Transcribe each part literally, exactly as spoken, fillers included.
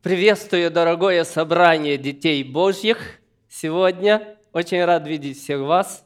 Приветствую, дорогое собрание детей Божьих сегодня. Очень рад видеть всех вас.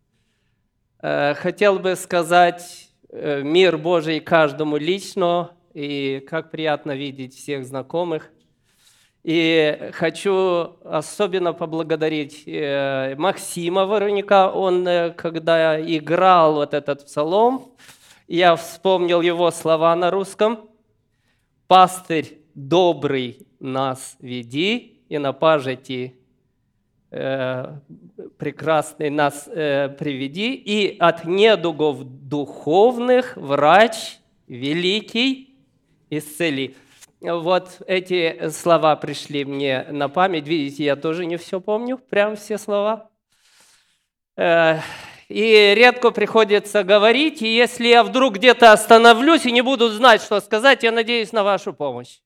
Хотел бы сказать мир Божий каждому лично, и как приятно видеть всех знакомых. И хочу особенно поблагодарить Максима Вороника. Он, когда играл вот этот псалом, я вспомнил его слова на русском. «Пастырь добрый нас веди, и на пажити э, прекрасный нас э, приведи, и от недугов духовных врач великий исцели». Вот эти слова пришли мне на память. Видите, я тоже не все помню, прям все слова. Э, И редко приходится говорить, и если я вдруг где-то остановлюсь и не буду знать, что сказать, я надеюсь на вашу помощь.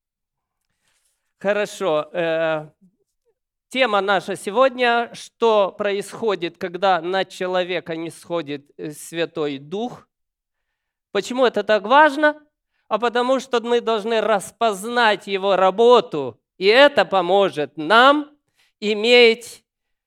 Хорошо. Тема наша сегодня, что происходит, когда на человека не сходит Святой Дух. Почему это так важно? А потому что мы должны распознать Его работу, и это поможет нам иметь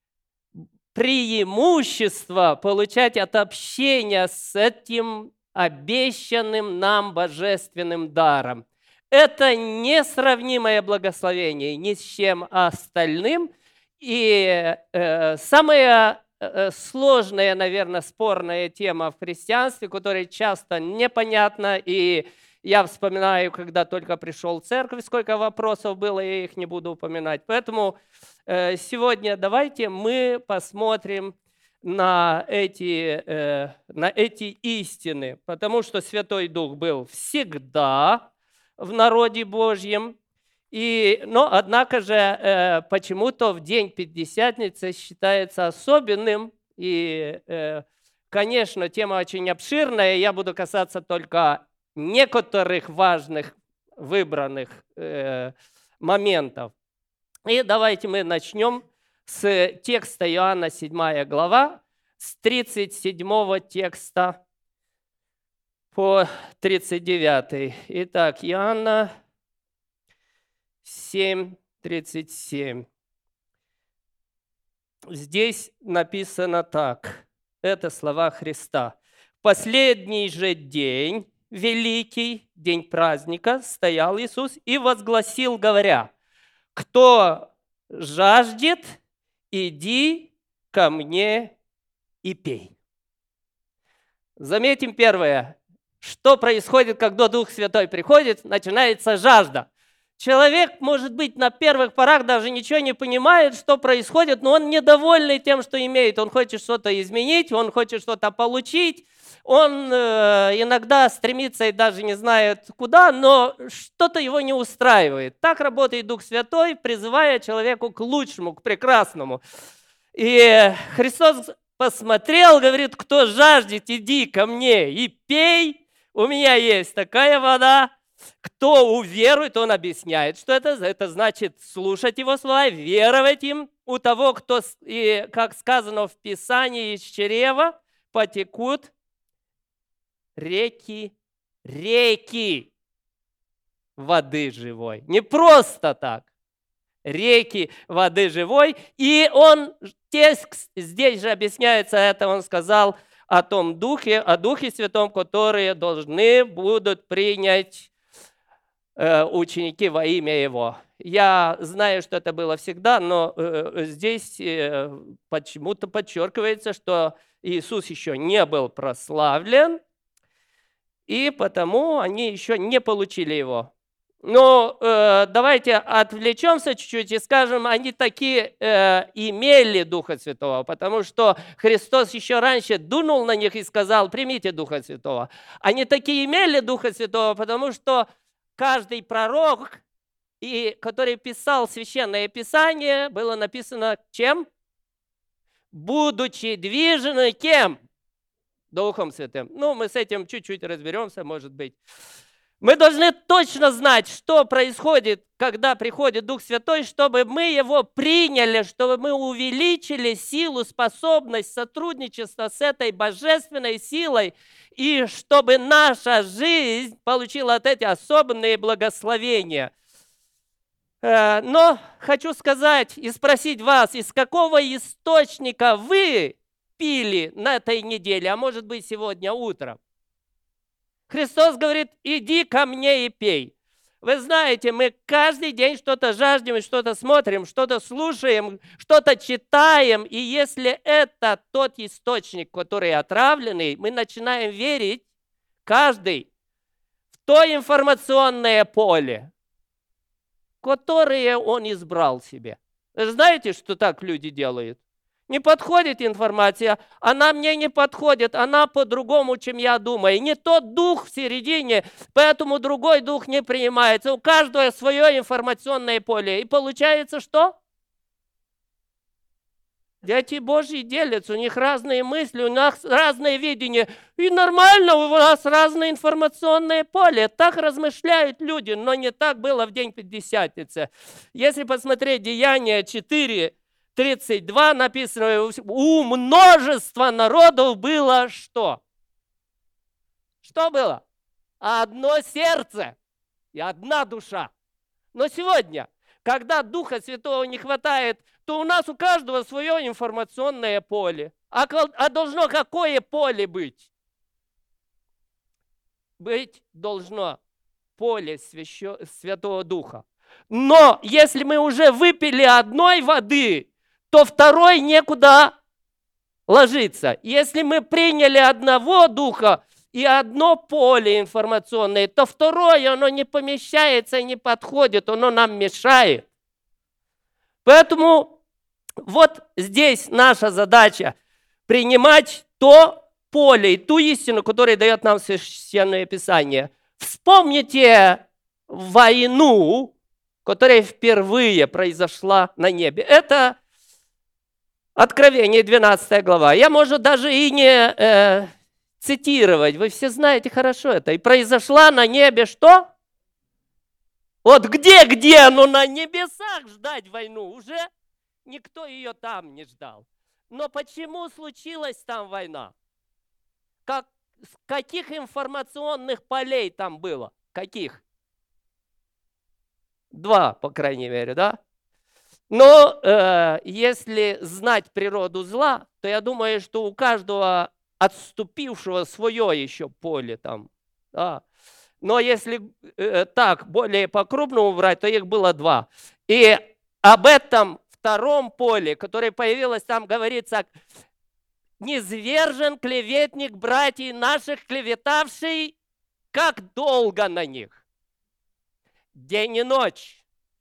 преимущество получать от общения с этим обещанным нам божественным даром. Это несравнимое благословение ни с чем остальным. И э, самая э, сложная, наверное, спорная тема в христианстве, которая часто непонятна, и я вспоминаю, когда только пришел в церковь, сколько вопросов было, я их не буду упоминать. Поэтому э, сегодня давайте мы посмотрим на эти, э, на эти истины, потому что Святой Дух был всегда в народе Божьем, и, но однако же э, почему-то в день Пятидесятницы считается особенным, и, э, конечно, тема очень обширная, я буду касаться только некоторых важных выбранных э, моментов. И давайте мы начнем с текста Иоанна седьмая глава, с тридцать седьмого текста по тридцать девятый. Итак, Иоанна семь, тридцать семь. Здесь написано так. Это слова Христа. «Последний же день, великий день праздника, стоял Иисус и возгласил, говоря: кто жаждет, иди ко мне и пей». Заметим первое. Что происходит, когда Дух Святой приходит? Начинается жажда. Человек, может быть, на первых порах даже ничего не понимает, что происходит, но он недовольный тем, что имеет. Он хочет что-то изменить, он хочет что-то получить. Он э, иногда стремится и даже не знает куда, но что-то его не устраивает. Так работает Дух Святой, призывая человеку к лучшему, к прекрасному. И Христос посмотрел, говорит: кто жаждет, иди ко мне и пей. У меня есть такая вода. Кто уверует, он объясняет, что это. Это значит слушать его слова, веровать им. У того, кто, и, как сказано в Писании, из чрева потекут реки, реки воды живой. Не просто так. Реки воды живой. И он, текст здесь же объясняется это, он сказал о том Духе, о Духе Святом, которые должны будут принять э, ученики во имя Его. Я знаю, что это было всегда, но э, здесь э, почему-то подчеркивается, что Иисус еще не был прославлен, и потому они еще не получили Его. Но э, давайте отвлечемся чуть-чуть и скажем, они такие э, имели Духа Святого, потому что Христос еще раньше дунул на них и сказал: примите Духа Святого. Они такие имели Духа Святого, потому что каждый пророк, и, который писал Священное Писание, было написано чем? Будучи движены кем? Духом Святым. Ну, мы с этим чуть-чуть разберемся, может быть. Мы должны точно знать, что происходит, когда приходит Дух Святой, чтобы мы его приняли, чтобы мы увеличили силу, способность сотрудничества с этой божественной силой, и чтобы наша жизнь получила вот эти особенные благословения. Э, Но хочу сказать и спросить вас, из какого источника вы пили на этой неделе, а может быть сегодня утром? Христос говорит, иди ко мне и пей. Вы знаете, мы каждый день что-то жаждем, что-то смотрим, что-то слушаем, что-то читаем. И если это тот источник, который отравленный, мы начинаем верить, каждый, в то информационное поле, которое он избрал себе. Вы же знаете, что так люди делают? Не подходит информация, она мне не подходит, она по-другому, чем я думаю. Не тот дух в середине, поэтому другой дух не принимается. У каждого свое информационное поле. И получается что? Дети Божьи делятся, у них разные мысли, у нас разное видение. И нормально, у нас разное информационное поле. Так размышляют люди, но не так было в день Пятидесятницы. Если посмотреть Деяния четыре, тридцать два, написано, у множества народов было что? Что было? Одно сердце и одна душа. Но сегодня, когда Духа Святого не хватает, то у нас у каждого свое информационное поле. А, а должно какое поле быть? Быть должно поле Свящо... Святого Духа. Но если мы уже выпили одной воды, то второй некуда ложиться. Если мы приняли одного духа и одно поле информационное, то второе, оно не помещается и не подходит, оно нам мешает. Поэтому вот здесь наша задача принимать то поле и ту истину, которую дает нам Священное Писание. Вспомните войну, которая впервые произошла на небе. Это Откровение, двенадцатая глава. Я, может, даже и не э, цитировать. Вы все знаете хорошо это. И произошла на небе что? Вот где-где, но на небесах ждать войну. Уже никто ее там не ждал. Но почему случилась там война? Как, каких информационных полей там было? Каких? Два, по крайней мере, да? Но э, если знать природу зла, то я думаю, что у каждого отступившего свое еще поле там. Да. Но если э, так, более по-крупному брать, то их было два. И об этом втором поле, которое появилось там, говорится, низвержен клеветник братьев наших, клеветавший, как долго на них. День и ночь.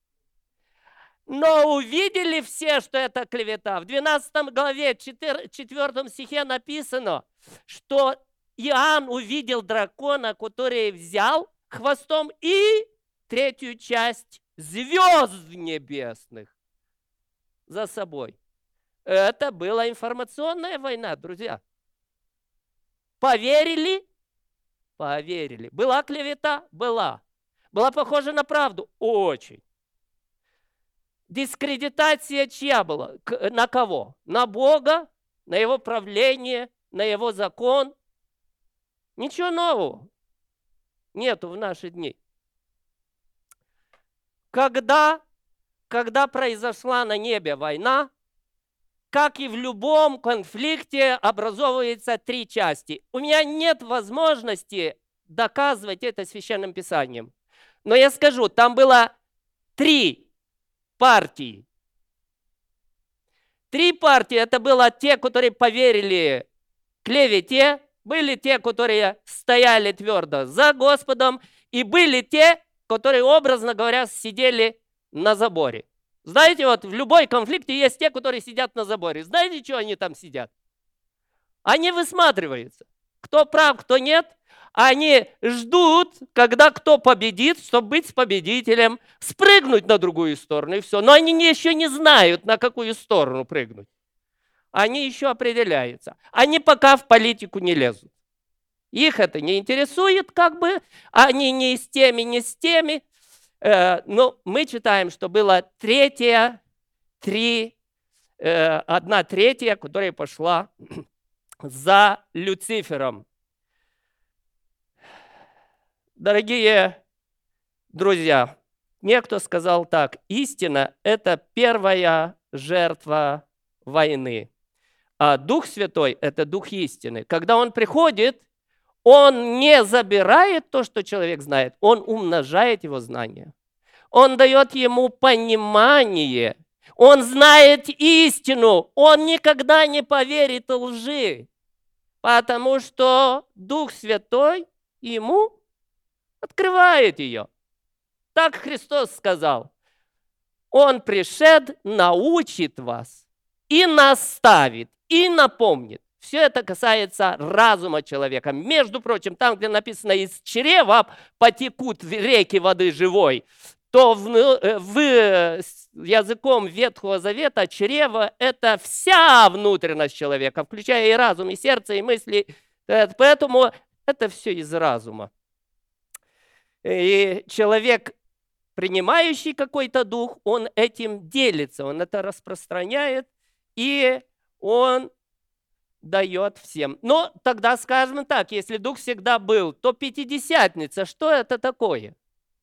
Но увидели все, что это клевета. В двенадцатой главе, четвёртом стихе написано, что Иоанн увидел дракона, который взял хвостом и третью часть звезд небесных за собой. Это была информационная война, друзья. Поверили? Поверили. Была клевета? Была. Была похожа на правду? Очень. Дискредитация чья была? На кого? На Бога, на Его правление, на Его закон. Ничего нового нету в наши дни. Когда, когда произошла на небе война, как и в любом конфликте, образовывается три части. У меня нет возможности доказывать это Священным Писанием. Но я скажу, там было три партии. Три партии, это было те, которые поверили клевете, были те, которые стояли твердо за Господом, и были те, которые, образно говоря, сидели на заборе. Знаете, вот в любой конфликте есть те, которые сидят на заборе. Знаете, что они там сидят? Они высматриваются. Кто прав, кто нет. Они ждут, когда кто победит, чтобы быть с победителем, спрыгнуть на другую сторону и все. Но они еще не знают, на какую сторону прыгнуть. Они еще определяются. Они пока в политику не лезут. Их это не интересует, как бы. Они не с теми, не с теми. Но мы читаем, что было третья, три, одна третья, которая пошла за Люцифером. Дорогие друзья, Некто сказал так: истина – это первая жертва войны, а Дух Святой – это Дух истины. Когда Он приходит, Он не забирает то, что человек знает, Он умножает его знания. Он дает ему понимание, он знает истину, он никогда не поверит лжи, потому что Дух Святой ему открывает ее. Так Христос сказал: Он пришед, научит вас и наставит, и напомнит. Все это касается разума человека. Между прочим, там, где написано «из чрева потекут реки воды живой», то в, в, языком Ветхого Завета чрево – это вся внутренность человека, включая и разум, и сердце, и мысли. Поэтому это все из разума. И человек, принимающий какой-то дух, он этим делится, он это распространяет, и он дает всем. Но тогда скажем так, если дух всегда был, то Пятидесятница, что это такое?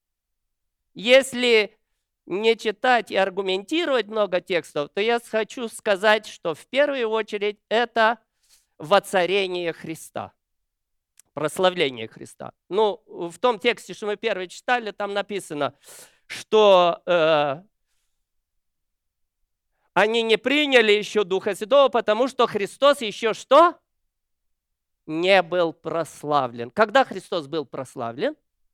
Если не читать и аргументировать много текстов, то я хочу сказать, что в первую очередь это воцарение Христа, прославление Христа. Ну, в том тексте, что мы первый читали, там написано, что э, они не приняли еще Духа Святого, потому что Христос еще что? Не был прославлен. Когда Христос был прославлен?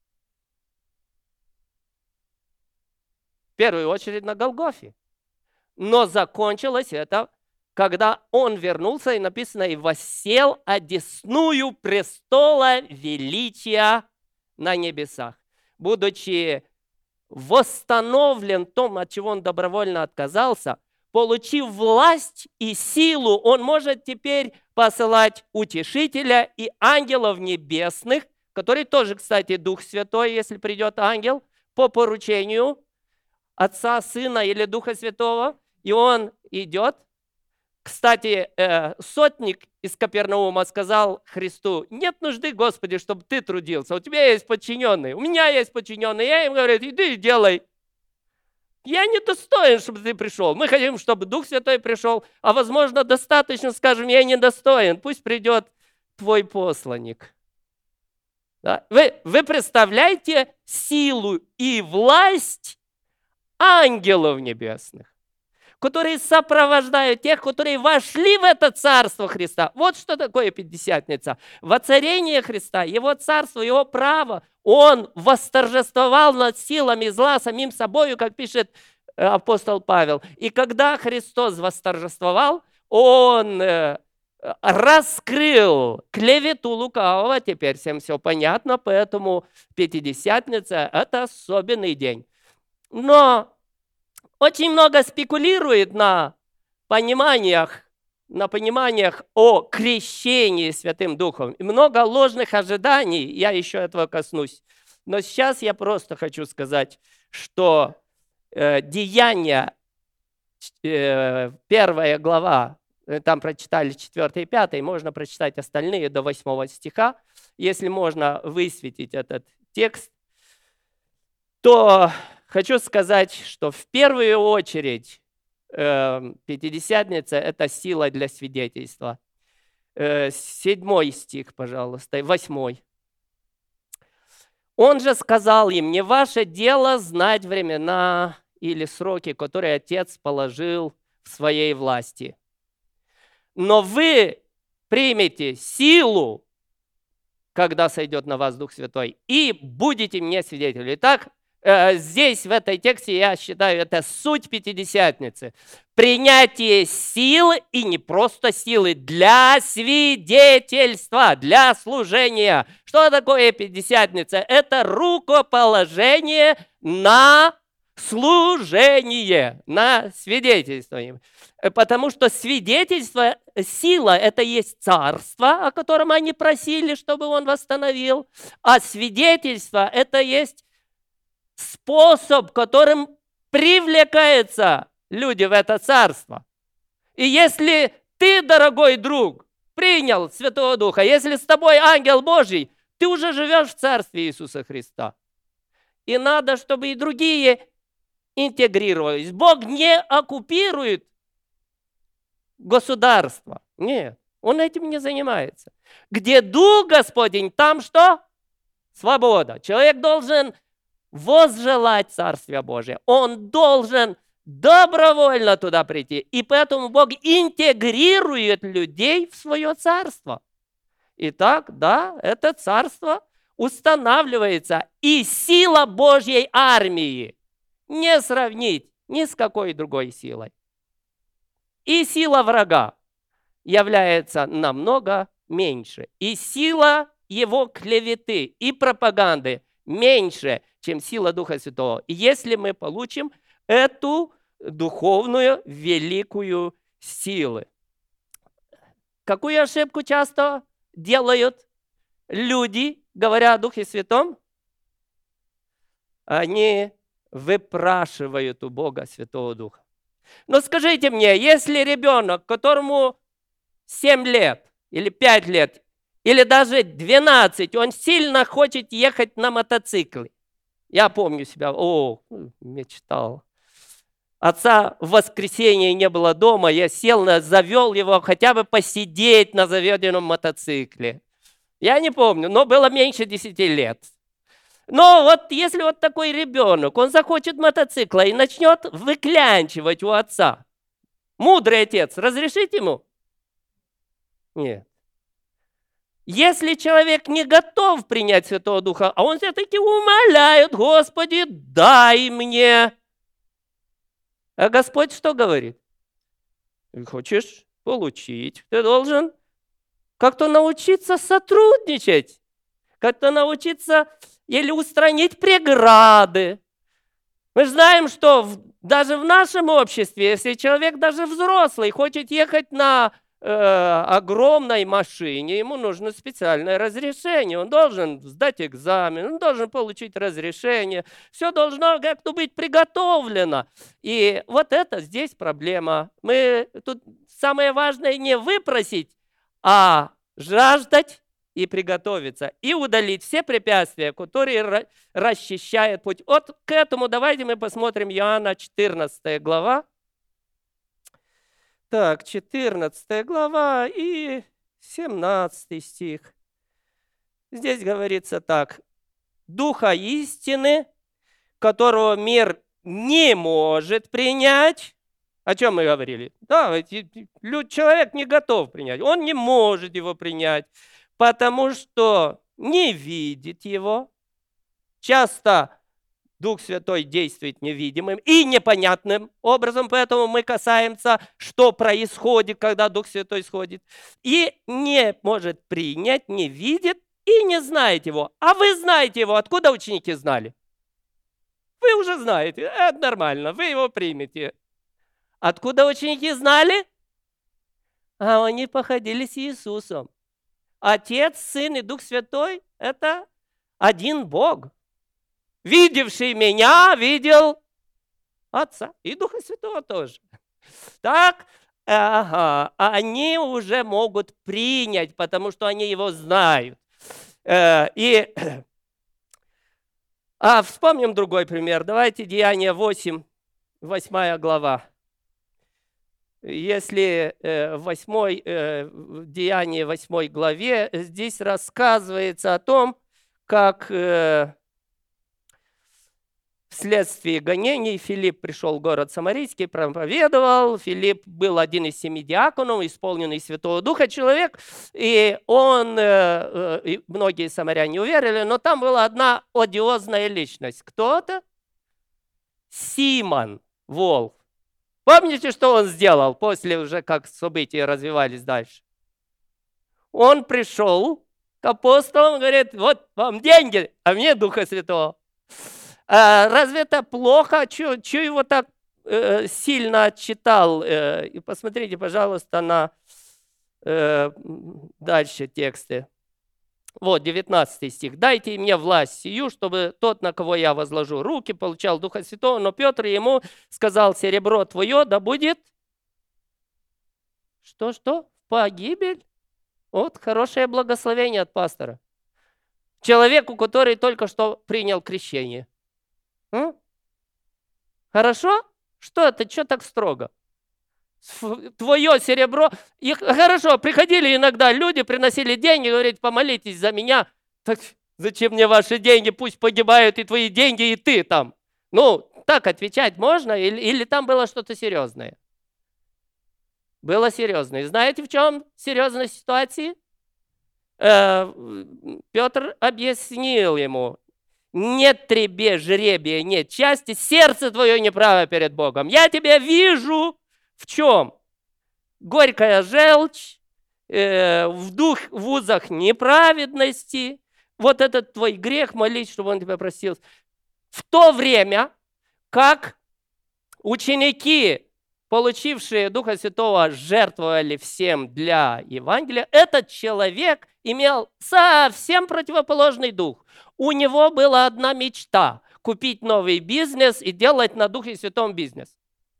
В первую очередь на Голгофе. Но закончилось это, когда Он вернулся, и написано, и воссел одесную престола величия на небесах. Будучи восстановлен в том, от чего Он добровольно отказался, получив власть и силу, Он может теперь посылать утешителя и ангелов небесных, который тоже, кстати, Дух Святой, если придет ангел, по поручению Отца, Сына или Духа Святого, и он идет. Кстати, сотник из Капернаума сказал Христу: нет нужды, Господи, чтобы ты трудился, у тебя есть подчиненные, у меня есть подчиненные. Я им говорю: иди и делай. Я не достоин, чтобы ты пришел. Мы хотим, чтобы Дух Святой пришел, а возможно, достаточно, скажем, я не достоин, пусть придет твой посланник. Да? Вы, вы представляете силу и власть ангелов небесных, которые сопровождают тех, которые вошли в это царство Христа. Вот что такое Пятидесятница. Воцарение Христа, Его царство, Его право. Он восторжествовал над силами зла самим собою, как пишет апостол Павел. И когда Христос восторжествовал, Он раскрыл клевету лукавого. Теперь всем все понятно, поэтому Пятидесятница – это особенный день. Но очень много спекулирует на пониманиях, на пониманиях о крещении Святым Духом. И много ложных ожиданий, я еще этого коснусь. Но сейчас я просто хочу сказать, что э, Деяния, э, первая глава, там прочитали четвёртый и пятый, можно прочитать остальные до восьмого стиха. Если можно высветить этот текст, то хочу сказать, что в первую очередь э, Пятидесятница – это сила для свидетельства. Э, седьмой стих, пожалуйста, восьмой. Он же сказал им: не ваше дело знать времена или сроки, которые Отец положил в своей власти. Но вы примете силу, когда сойдет на вас Дух Святой, и будете мне свидетелями. Итак, здесь, в этой тексте, я считаю, это суть Пятидесятницы. Принятие силы, и не просто силы, для свидетельства, для служения. Что такое Пятидесятница? Это рукоположение на служение, на свидетельство. Потому что свидетельство, сила – это есть царство, о котором они просили, чтобы Он восстановил. А свидетельство – это есть способ, которым привлекаются люди в это царство. И если ты, дорогой друг, принял Святого Духа, если с тобой ангел Божий, ты уже живешь в царстве Иисуса Христа. и надо, чтобы и другие интегрировались. Бог не оккупирует государство. Нет, Он этим не занимается. Где Дух Господень, там что? Свобода. Человек должен возжелать Царствия Божия. Он должен добровольно туда прийти. И поэтому Бог интегрирует людей в свое царство. Итак, да, это царство устанавливается. И сила Божьей армии не сравнить ни с какой другой силой. И сила врага является намного меньше. И сила его клеветы и пропаганды меньше, чем сила Духа Святого. Если мы получим эту духовную великую силу. Какую ошибку часто делают люди, говоря о Духе Святом? Они выпрашивают у Бога Святого Духа. Но скажите мне, если ребенок, которому семь лет или пять лет, или даже двенадцать, он сильно хочет ехать на мотоцикле. Я помню себя, о, мечтал. Отца в воскресенье не было дома, я сел, завел его хотя бы посидеть на заведенном мотоцикле. Я не помню, но было меньше десяти лет. Но вот если вот такой ребенок, он захочет мотоцикла и начнет выклянчивать у отца. Мудрый отец, разрешить ему? Нет. Если человек не готов принять Святого Духа, а он все-таки умоляет: Господи, дай мне. А Господь что говорит? Ты хочешь получить, ты должен как-то научиться сотрудничать, как-то научиться или устранить преграды. Мы знаем, что в, даже в нашем обществе, если человек даже взрослый хочет ехать на э, огромной машине, ему нужно специальное разрешение, он должен сдать экзамен, он должен получить разрешение, все должно как-то быть приготовлено. И вот это здесь проблема. Мы тут самое важное не выпросить, а жаждать и приготовиться, и удалить все препятствия, которые расчищают путь. Вот к этому давайте мы посмотрим Иоанна четырнадцатая глава. Так, четырнадцатая глава и семнадцатый стих. Здесь говорится так. Духа истины, которого мир не может принять. О чем мы говорили? Да, человек не готов принять, он не может его принять, потому что не видит его. Часто Дух Святой действует невидимым и непонятным образом, поэтому мы касаемся, что происходит, когда Дух Святой сходит. И не может принять, не видит и не знает его. А вы знаете его. Откуда ученики знали? Вы уже знаете. Это нормально, вы его примете. Откуда ученики знали? А они походили с Иисусом. Отец, Сын и Дух Святой – это один Бог. Видевший меня, видел Отца и Духа Святого тоже. Так, ага, они уже могут принять, потому что они его знают. И, а вспомним другой пример. Давайте Деяния восемь, восьмая глава. Если э, в восьмой, э, Деянии восьмой главе здесь рассказывается о том, как э, вследствие гонений Филипп пришел в город Самарийский, проповедовал. Филипп был один из семи диаконов, исполненный Святого Духа человек, и он, э, э, многие самаряне уверовали, но там была одна одиозная личность. Кто это? Симон Волк. Помните, что он сделал после уже, как события развивались дальше? Он пришел к апостолам, говорит: вот вам деньги, а мне Духа Святого. А разве это плохо? Чего его так э, сильно отчитал? Э, и посмотрите, пожалуйста, на э, дальше тексты. Вот, девятнадцатый стих. «Дайте мне власть сию, чтобы тот, на кого я возложу руки, получал Духа Святого». Но Петр ему сказал: серебро твое да будет... Что-что? Погибель? Вот хорошее благословение от пастора. Человеку, который только что принял крещение. А? Хорошо? Что это? Что так строго? Твое серебро. И хорошо, приходили иногда люди, приносили деньги, говорят, помолитесь за меня. Так зачем мне ваши деньги? Пусть погибают и твои деньги, и ты там. Ну, так отвечать можно? Или, или там было что-то серьезное? Было серьезное. Знаете, в чем серьезность ситуации? Э, Петр объяснил ему: нет тебе жребия, нет части, сердце твое неправо перед Богом. Я тебя вижу в чем? Горькая желчь, э, в дух в узах неправедности. Вот этот твой грех, молись, чтобы он тебя простил. В то время, как ученики, получившие Духа Святого, жертвовали всем для Евангелия, этот человек имел совсем противоположный дух. У него была одна мечта – купить новый бизнес и делать на Духе Святом бизнес.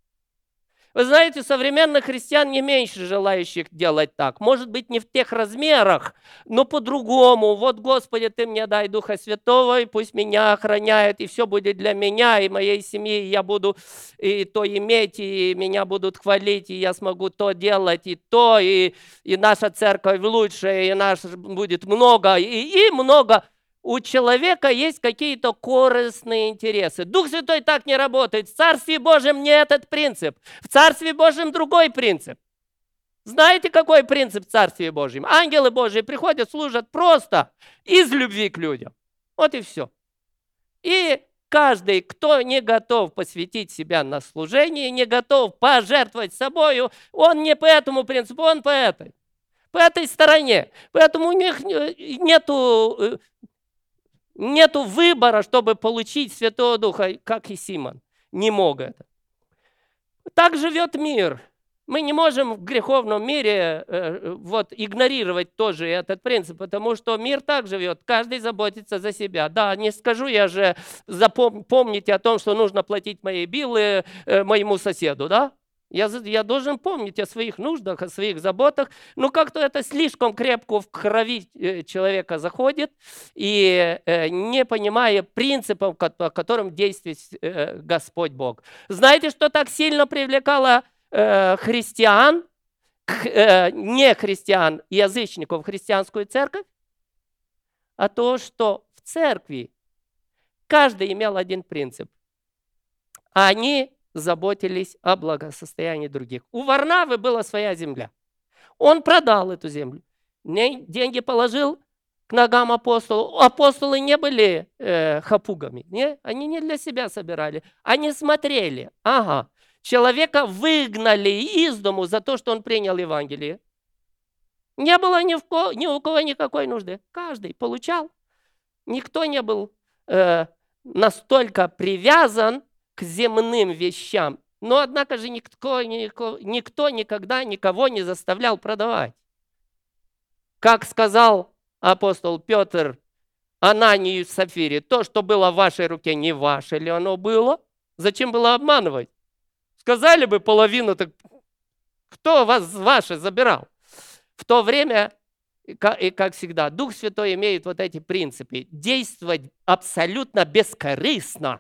Вы знаете, современных христиан не меньше желающих делать так. Может быть, не в тех размерах, но по-другому. Вот, Господи, Ты мне дай Духа Святого, и пусть меня охраняет, и все будет для меня, и моей семьи, и я буду и то иметь, и меня будут хвалить, и я смогу то делать, и то, и, и наша церковь лучшая, и нас будет много, и, и много. У человека есть какие-то корыстные интересы. Дух Святой так не работает. В Царстве Божьем не этот принцип. В Царстве Божьем другой принцип. Знаете, какой принцип в Царстве Божьем? Ангелы Божьи приходят, служат просто из любви к людям. Вот и все. И каждый, кто не готов посвятить себя на служение, не готов пожертвовать собою, он не по этому принципу, он по этой. По этой стороне. Поэтому у них нету... Нету выбора, чтобы получить Святого Духа, как и Симон. Не мог это. Так живет мир. Мы не можем в греховном мире э, вот, игнорировать тоже этот принцип, потому что мир так живет. Каждый заботится за себя. Да, не скажу я же, запом- помните о том, что нужно платить мои биллы э, моему соседу, да? Я, я должен помнить о своих нуждах, о своих заботах. Но как-то это слишком крепко в крови человека заходит, и э, не понимая принципов, по которым действует э, Господь Бог. Знаете, что так сильно привлекало э, христиан, э, не христиан, язычников в христианскую церковь? А то, что в церкви каждый имел один принцип. Они заботились о благосостоянии других. У Варнавы была своя земля. Он продал эту землю. Деньги положил к ногам апостолу. Апостолы не были э, хапугами. Не? Они не для себя собирали. Они смотрели. Ага, человека выгнали из дому за то, что он принял Евангелие. Не было ни, в ко, ни у кого никакой нужды. Каждый получал. Никто не был э, настолько привязан к земным вещам. Но, однако же, никто, никто, никто никогда никого не заставлял продавать. Как сказал апостол Петр Ананию и Сапфире, то, что было в вашей руке, не ваше ли оно было? Зачем было обманывать? Сказали бы половину, так кто вас ваше забирал? В то время, и как всегда, Дух Святой имеет вот эти принципы. Действовать абсолютно бескорыстно.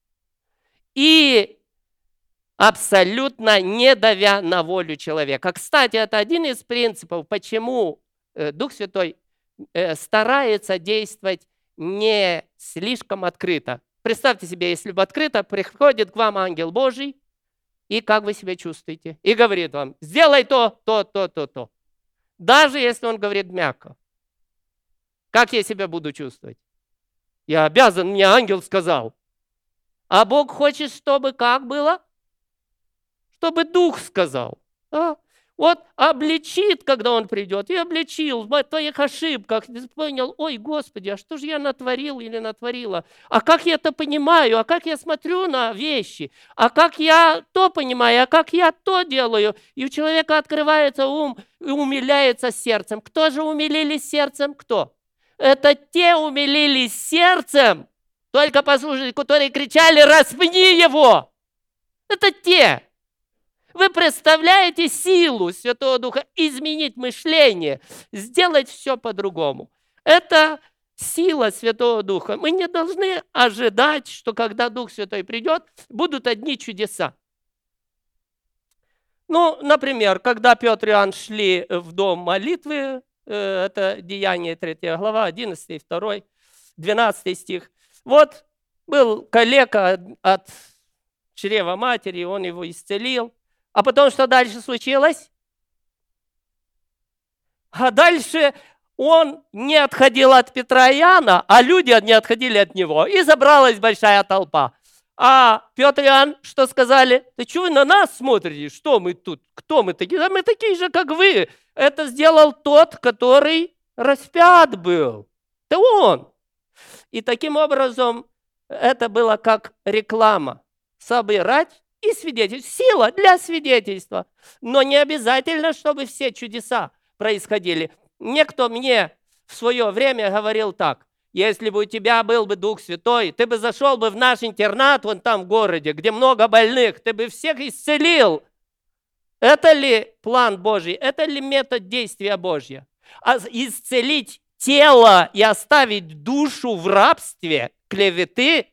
И абсолютно не давя на волю человека. Кстати, это один из принципов, почему Дух Святой старается действовать не слишком открыто. Представьте себе, если бы открыто приходит к вам ангел Божий, и как вы себя чувствуете? И говорит вам: сделай то, то, то, то, то. Даже если он говорит мягко. Как я себя буду чувствовать? Я обязан, мне ангел сказал. А Бог хочет, чтобы как было? Чтобы Дух сказал. А? Вот обличит, когда Он придет, и обличил в твоих ошибках. Ты понял: ой, Господи, а что же я натворил или натворила? А как я это понимаю? А как я смотрю на вещи? А как я то понимаю? А как я то делаю? И у человека открывается ум, и умиляется сердцем. Кто же умилились сердцем? Кто? Это те умилились сердцем, только послушайте, которые кричали: распни его! Это те. Вы представляете силу Святого Духа изменить мышление, сделать все по-другому. Это сила Святого Духа. Мы не должны ожидать, что когда Дух Святой придет, будут одни чудеса. Ну, например, когда Петр и Иоанн шли в дом молитвы, это Деяние третья глава, одиннадцатый, второй, двенадцатый стих. Вот был калека от чрева матери, он его исцелил. А потом что дальше случилось? А дальше он не отходил от Петра и Иоанна, а люди не отходили от него. И собралась большая толпа. А Петр и Иоанн что сказали? Да что вы на нас смотрите? Что мы тут? Кто мы такие? Да мы такие же, как вы. Это сделал тот, который распят был. Это он. И таким образом это было как реклама. Собирать и свидетельствовать. Сила для свидетельства. Но не обязательно, чтобы все чудеса происходили. Некто мне в свое время говорил так: если бы у тебя был бы Дух Святой, ты бы зашел бы в наш интернат вон там в городе, где много больных, ты бы всех исцелил. Это ли план Божий? Это ли метод действия Божьего? А исцелить тело и оставить душу в рабстве, клеветы,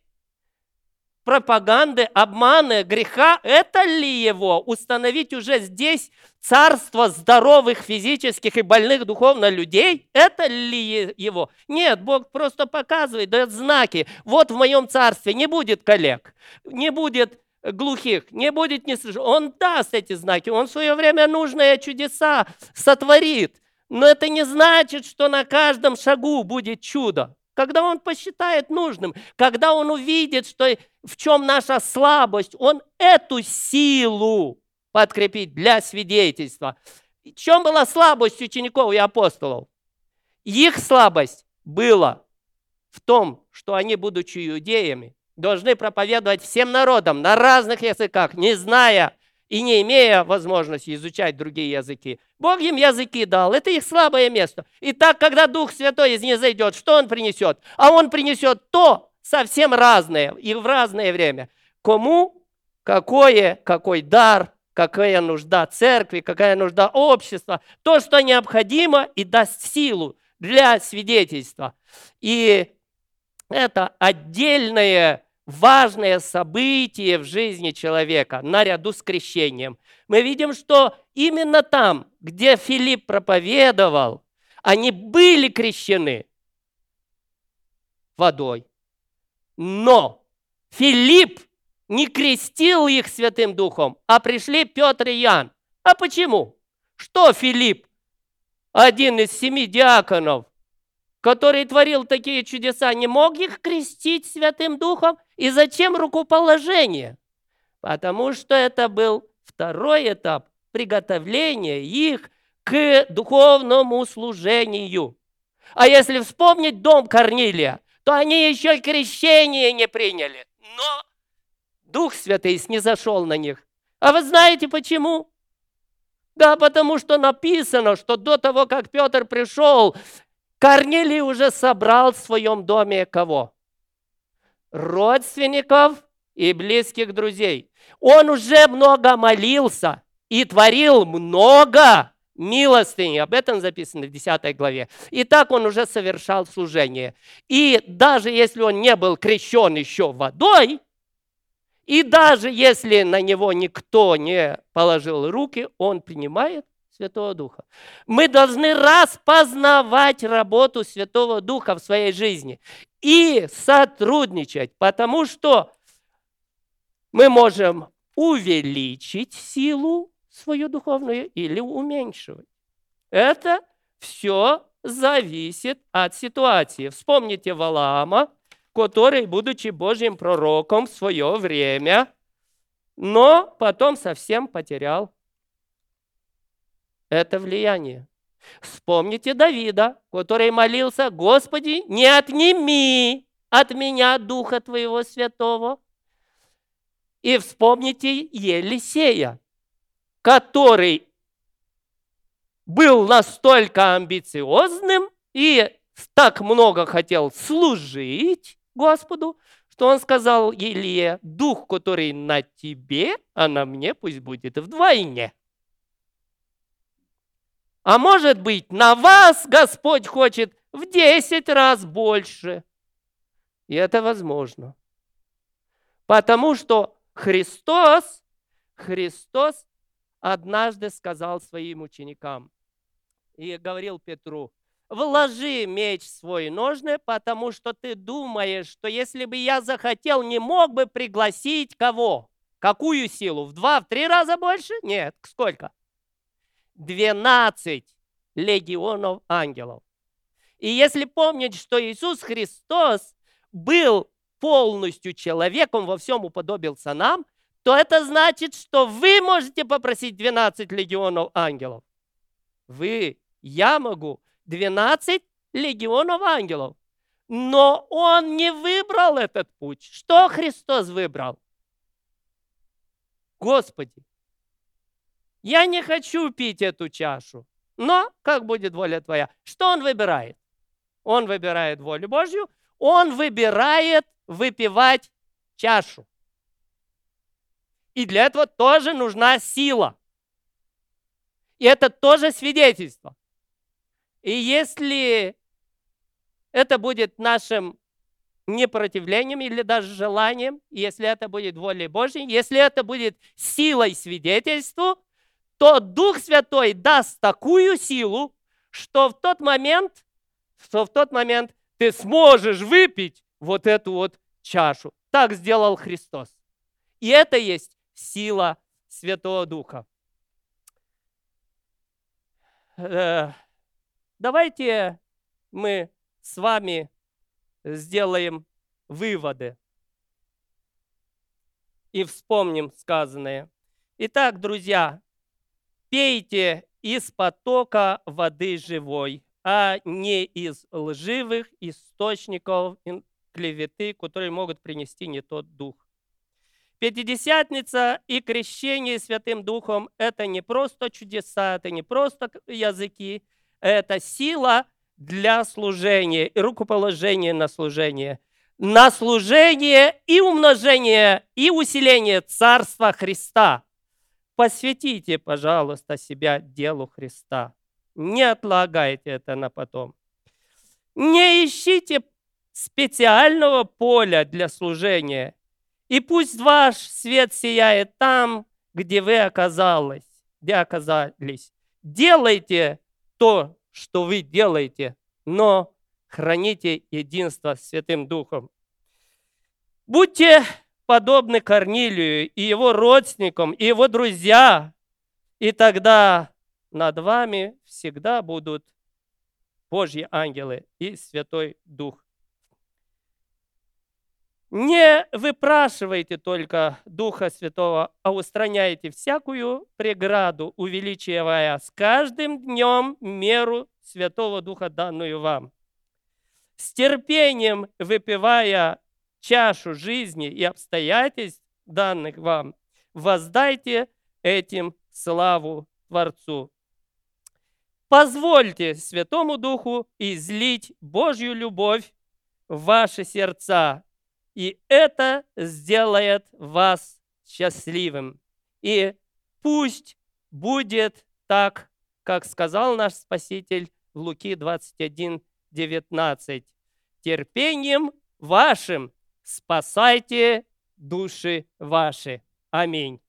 пропаганды, обмана, греха, это ли его? Установить уже здесь царство здоровых физических и больных духовно людей? Это ли его? Нет, Бог просто показывает, дает знаки. Вот в моем царстве не будет коллег, не будет глухих, не будет неслышащих. Он даст эти знаки, он в свое время нужные чудеса сотворит. Но это не значит, что на каждом шагу будет чудо. Когда он посчитает нужным, когда он увидит, что в чем наша слабость, он эту силу подкрепит для свидетельства. В чем была слабость учеников и апостолов? Их слабость была в том, что они, будучи иудеями, должны проповедовать всем народам на разных языках, не зная и не имея возможности изучать другие языки. Бог им языки дал, это их слабое место. И так, когда Дух Святой из них зайдет, что Он принесет? А Он принесет то совсем разное и в разное время. Кому, какое, какой дар, какая нужда церкви, какая нужда общества, то, что необходимо, и даст силу для свидетельства. И это отдельное важное событие в жизни человека наряду с крещением. Мы видим, что именно там, где Филипп проповедовал, они были крещены водой. Но Филипп не крестил их Святым Духом, а пришли Петр и Иоанн. А почему? Что Филипп, один из семи диаконов, который творил такие чудеса, не мог их крестить Святым Духом? И зачем рукоположение? Потому что это был второй этап приготовления их к духовному служению. А если вспомнить дом Корнилия, то они еще и крещение не приняли. Но Дух Святый снизошел на них. А вы знаете почему? Да, потому что написано, что до того, как Петр пришел, Корнилий уже собрал в своем доме кого? Родственников и близких друзей. Он уже много молился и творил много милостыни. Об этом записано в десятой главе. И так он уже совершал служение. И даже если он не был крещен еще водой, и даже если на него никто не положил руки, он принимает Святого Духа. Мы должны распознавать работу Святого Духа в своей жизни и сотрудничать, потому что мы можем увеличить силу свою духовную или уменьшивать. Это все зависит от ситуации. Вспомните Валаама, который, будучи Божьим пророком в свое время, но потом совсем потерял это влияние. Вспомните Давида, который молился: «Господи, не отними от меня Духа Твоего Святого». И вспомните Елисея, который был настолько амбициозным и так много хотел служить Господу, что он сказал Елие: «Дух, который на тебе, а на мне пусть будет вдвойне». А может быть, на вас Господь хочет в десять раз больше. И это возможно. Потому что Христос, Христос однажды сказал своим ученикам и говорил Петру: вложи меч в свой ножны, потому что ты думаешь, что если бы я захотел, не мог бы пригласить кого? Какую силу? В два, в три раза больше? Нет. Сколько? Двенадцать легионов ангелов. И если помнить, что Иисус Христос был полностью человеком, во всем уподобился нам, то это значит, что вы можете попросить двенадцать легионов ангелов. Вы, я могу двенадцать легионов ангелов. Но Он не выбрал этот путь. Что Христос выбрал? Господи, я не хочу пить эту чашу, но как будет воля Твоя? Что Он выбирает? Он выбирает волю Божью, Он выбирает выпивать чашу. И для этого тоже нужна сила. И это тоже свидетельство. И если это будет нашим непротивлением или даже желанием, если это будет волей Божьей, если это будет силой свидетельству, то Дух Святой даст такую силу, что в тот момент, что в тот момент ты сможешь выпить вот эту вот чашу. Так сделал Христос. И это есть сила Святого Духа. Давайте мы с вами сделаем выводы и вспомним сказанное. Итак, друзья, пейте из потока воды живой, а не из лживых источников клеветы, которые могут принести не тот дух. Пятидесятница и крещение Святым Духом – это не просто чудеса, это не просто языки, это сила для служения и рукоположения на служение. На служение и умножение, и усиление Царства Христа. Посвятите, пожалуйста, себя делу Христа. Не отлагайте это на потом. Не ищите специального поля для служения. И пусть ваш свет сияет там, где вы оказались, где оказались. Делайте то, что вы делаете, но храните единство с Святым Духом. Будьте подобны Корнилию и его родственникам, и его друзья, и тогда над вами всегда будут Божьи ангелы и Святой Дух. Не выпрашивайте только Духа Святого, а устраняйте всякую преграду, увеличивая с каждым днем меру Святого Духа, данную вам. С терпением выпивая чашу жизни и обстоятельств, данных вам, воздайте этим славу Творцу. Позвольте Святому Духу излить Божью любовь в ваши сердца, и это сделает вас счастливым. И пусть будет так, как сказал наш Спаситель в Луки двадцать один девятнадцать. Терпением вашим спасайте души ваши. Аминь.